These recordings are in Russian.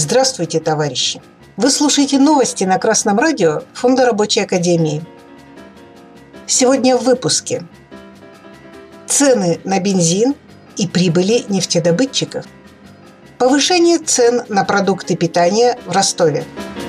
Здравствуйте, товарищи! Вы слушаете новости на Красном радио Фонда Рабочей Академии. Сегодня в выпуске: цены на бензин и прибыли нефтедобытчиков, повышение цен на продукты питания в Ростове.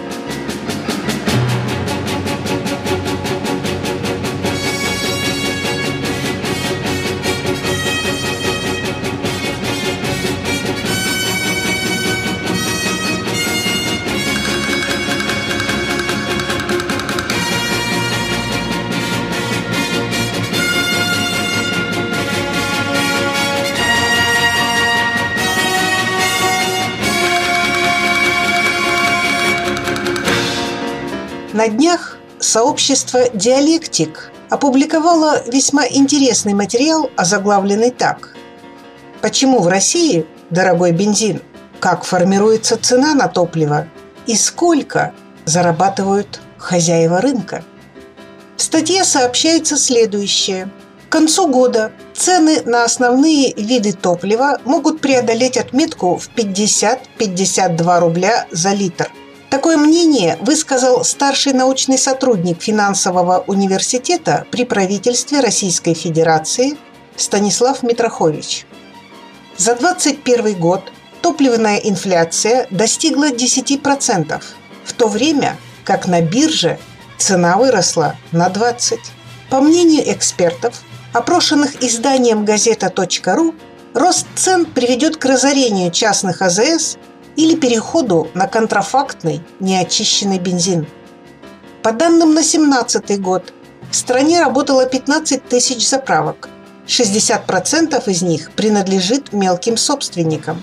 На днях сообщество «Диалектик» опубликовало весьма интересный материал, озаглавленный так: «Почему в России дорогой бензин? Как формируется цена на топливо? И сколько зарабатывают хозяева рынка?» В статье сообщается следующее. К концу года цены на основные виды топлива могут преодолеть отметку в 50-52 рубля за литр. Такое мнение высказал старший научный сотрудник финансового университета при правительстве Российской Федерации Станислав Митрохович. За 2021 год топливная инфляция достигла 10%, в то время как на бирже цена выросла на 20%. По мнению экспертов, опрошенных изданием газета.ру, рост цен приведет к разорению частных АЗС или переходу на контрафактный неочищенный бензин. По данным на 2017 год, в стране работало 15 тысяч заправок. 60% из них принадлежит мелким собственникам.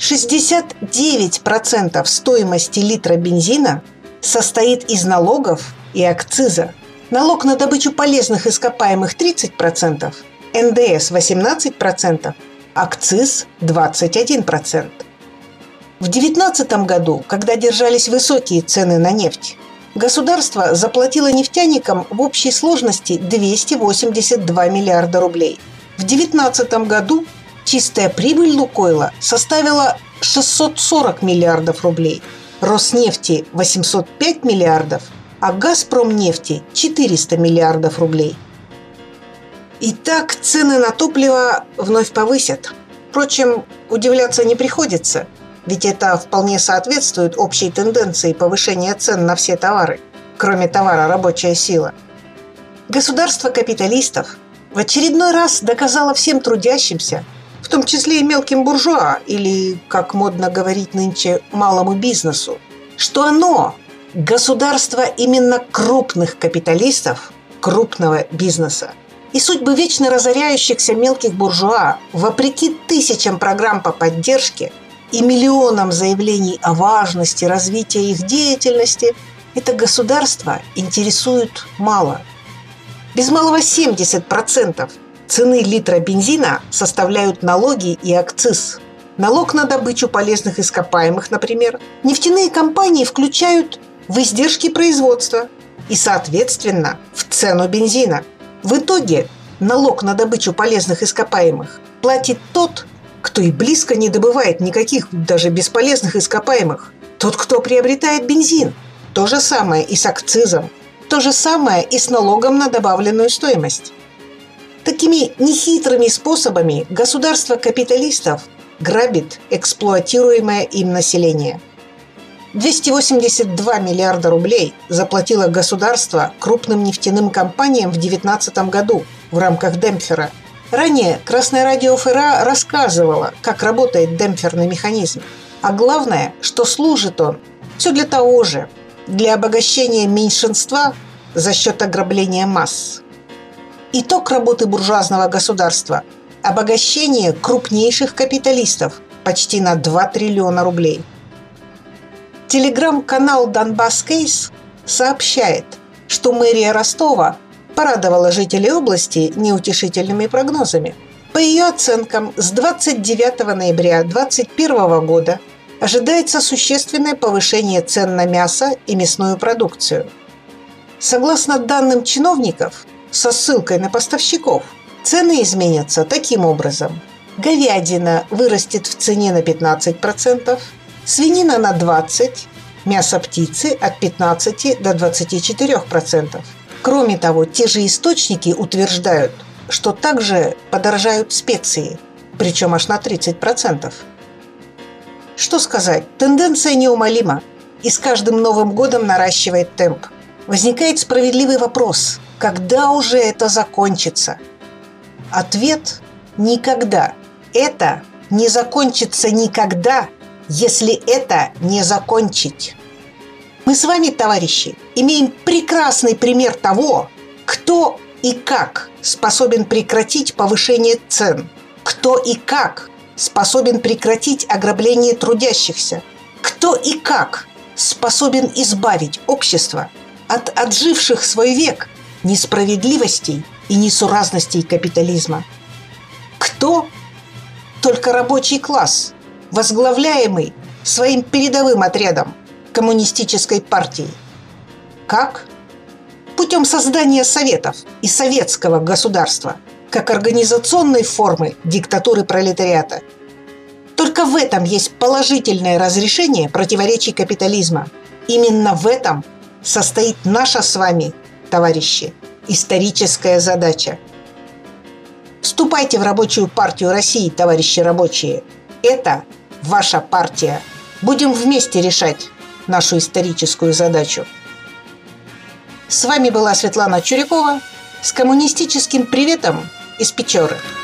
69% стоимости литра бензина состоит из налогов и акциза. Налог на добычу полезных ископаемых 30%, НДС 18%, акциз 21%. В 2019 году, когда держались высокие цены на нефть, государство заплатило нефтяникам в общей сложности 282 миллиарда рублей. В 2019 году чистая прибыль «Лукойла» составила 640 миллиардов рублей, Роснефти – 805 миллиардов, а Газпромнефти – 400 миллиардов рублей. Итак, цены на топливо вновь повысят. Впрочем, удивляться не приходится, ведь это вполне соответствует общей тенденции повышения цен на все товары, кроме товара «рабочая сила». Государство капиталистов в очередной раз доказало всем трудящимся, в том числе и мелким буржуа, или, как модно говорить нынче, малому бизнесу, что оно – государство именно крупных капиталистов, крупного бизнеса. И судьбы вечно разоряющихся мелких буржуа, вопреки тысячам программ по поддержке и миллионам заявлений о важности развития их деятельности, это государство интересует мало. Без малого 70% цены литра бензина составляют налоги и акциз. Налог на добычу полезных ископаемых, например, нефтяные компании включают в издержки производства и, соответственно, в цену бензина. В итоге налог на добычу полезных ископаемых платит тот, кто и близко не добывает никаких даже бесполезных ископаемых. Тот, кто приобретает бензин. То же самое и с акцизом. То же самое и с налогом на добавленную стоимость. Такими нехитрыми способами государство капиталистов грабит эксплуатируемое им население. 282 миллиарда рублей заплатило государство крупным нефтяным компаниям в 2019 году в рамках демпфера. Ранее Красное радио ФРА рассказывало, как работает демпферный механизм. А главное, что служит он все для того же – для обогащения меньшинства за счет ограбления масс. Итог работы буржуазного государства – обогащение крупнейших капиталистов почти на 2 триллиона рублей. Телеграм-канал «Донбасс Кейс» сообщает, что мэрия Ростова порадовала жителей области неутешительными прогнозами. По ее оценкам, с 29 ноября 2021 года ожидается существенное повышение цен на мясо и мясную продукцию. Согласно данным чиновников, со ссылкой на поставщиков, цены изменятся таким образом. Говядина вырастет в цене на 15%, свинина на 20%, мясо птицы от 15 до 24%. Кроме того, те же источники утверждают, что также подорожают специи, причем аж на 30%. Что сказать, тенденция неумолима и с каждым Новым годом наращивает темп. Возникает справедливый вопрос: когда уже это закончится? Ответ – никогда. Это не закончится никогда, если это не закончить. Мы с вами, товарищи, имеем прекрасный пример того, кто и как способен прекратить повышение цен, кто и как способен прекратить ограбление трудящихся, кто и как способен избавить общество от отживших свой век несправедливостей и несуразностей капитализма. Кто? Только рабочий класс, возглавляемый своим передовым отрядом коммунистической партии. Как? Путем создания советов и советского государства как организационной формы диктатуры пролетариата. Только в этом есть положительное разрешение противоречий капитализма. Именно в этом состоит наша с вами, товарищи, историческая задача. Вступайте в Рабочую партию России, товарищи рабочие. Это ваша партия. Будем вместе решать нашу историческую задачу. С вами была Светлана Чурякова с коммунистическим приветом из Печоры.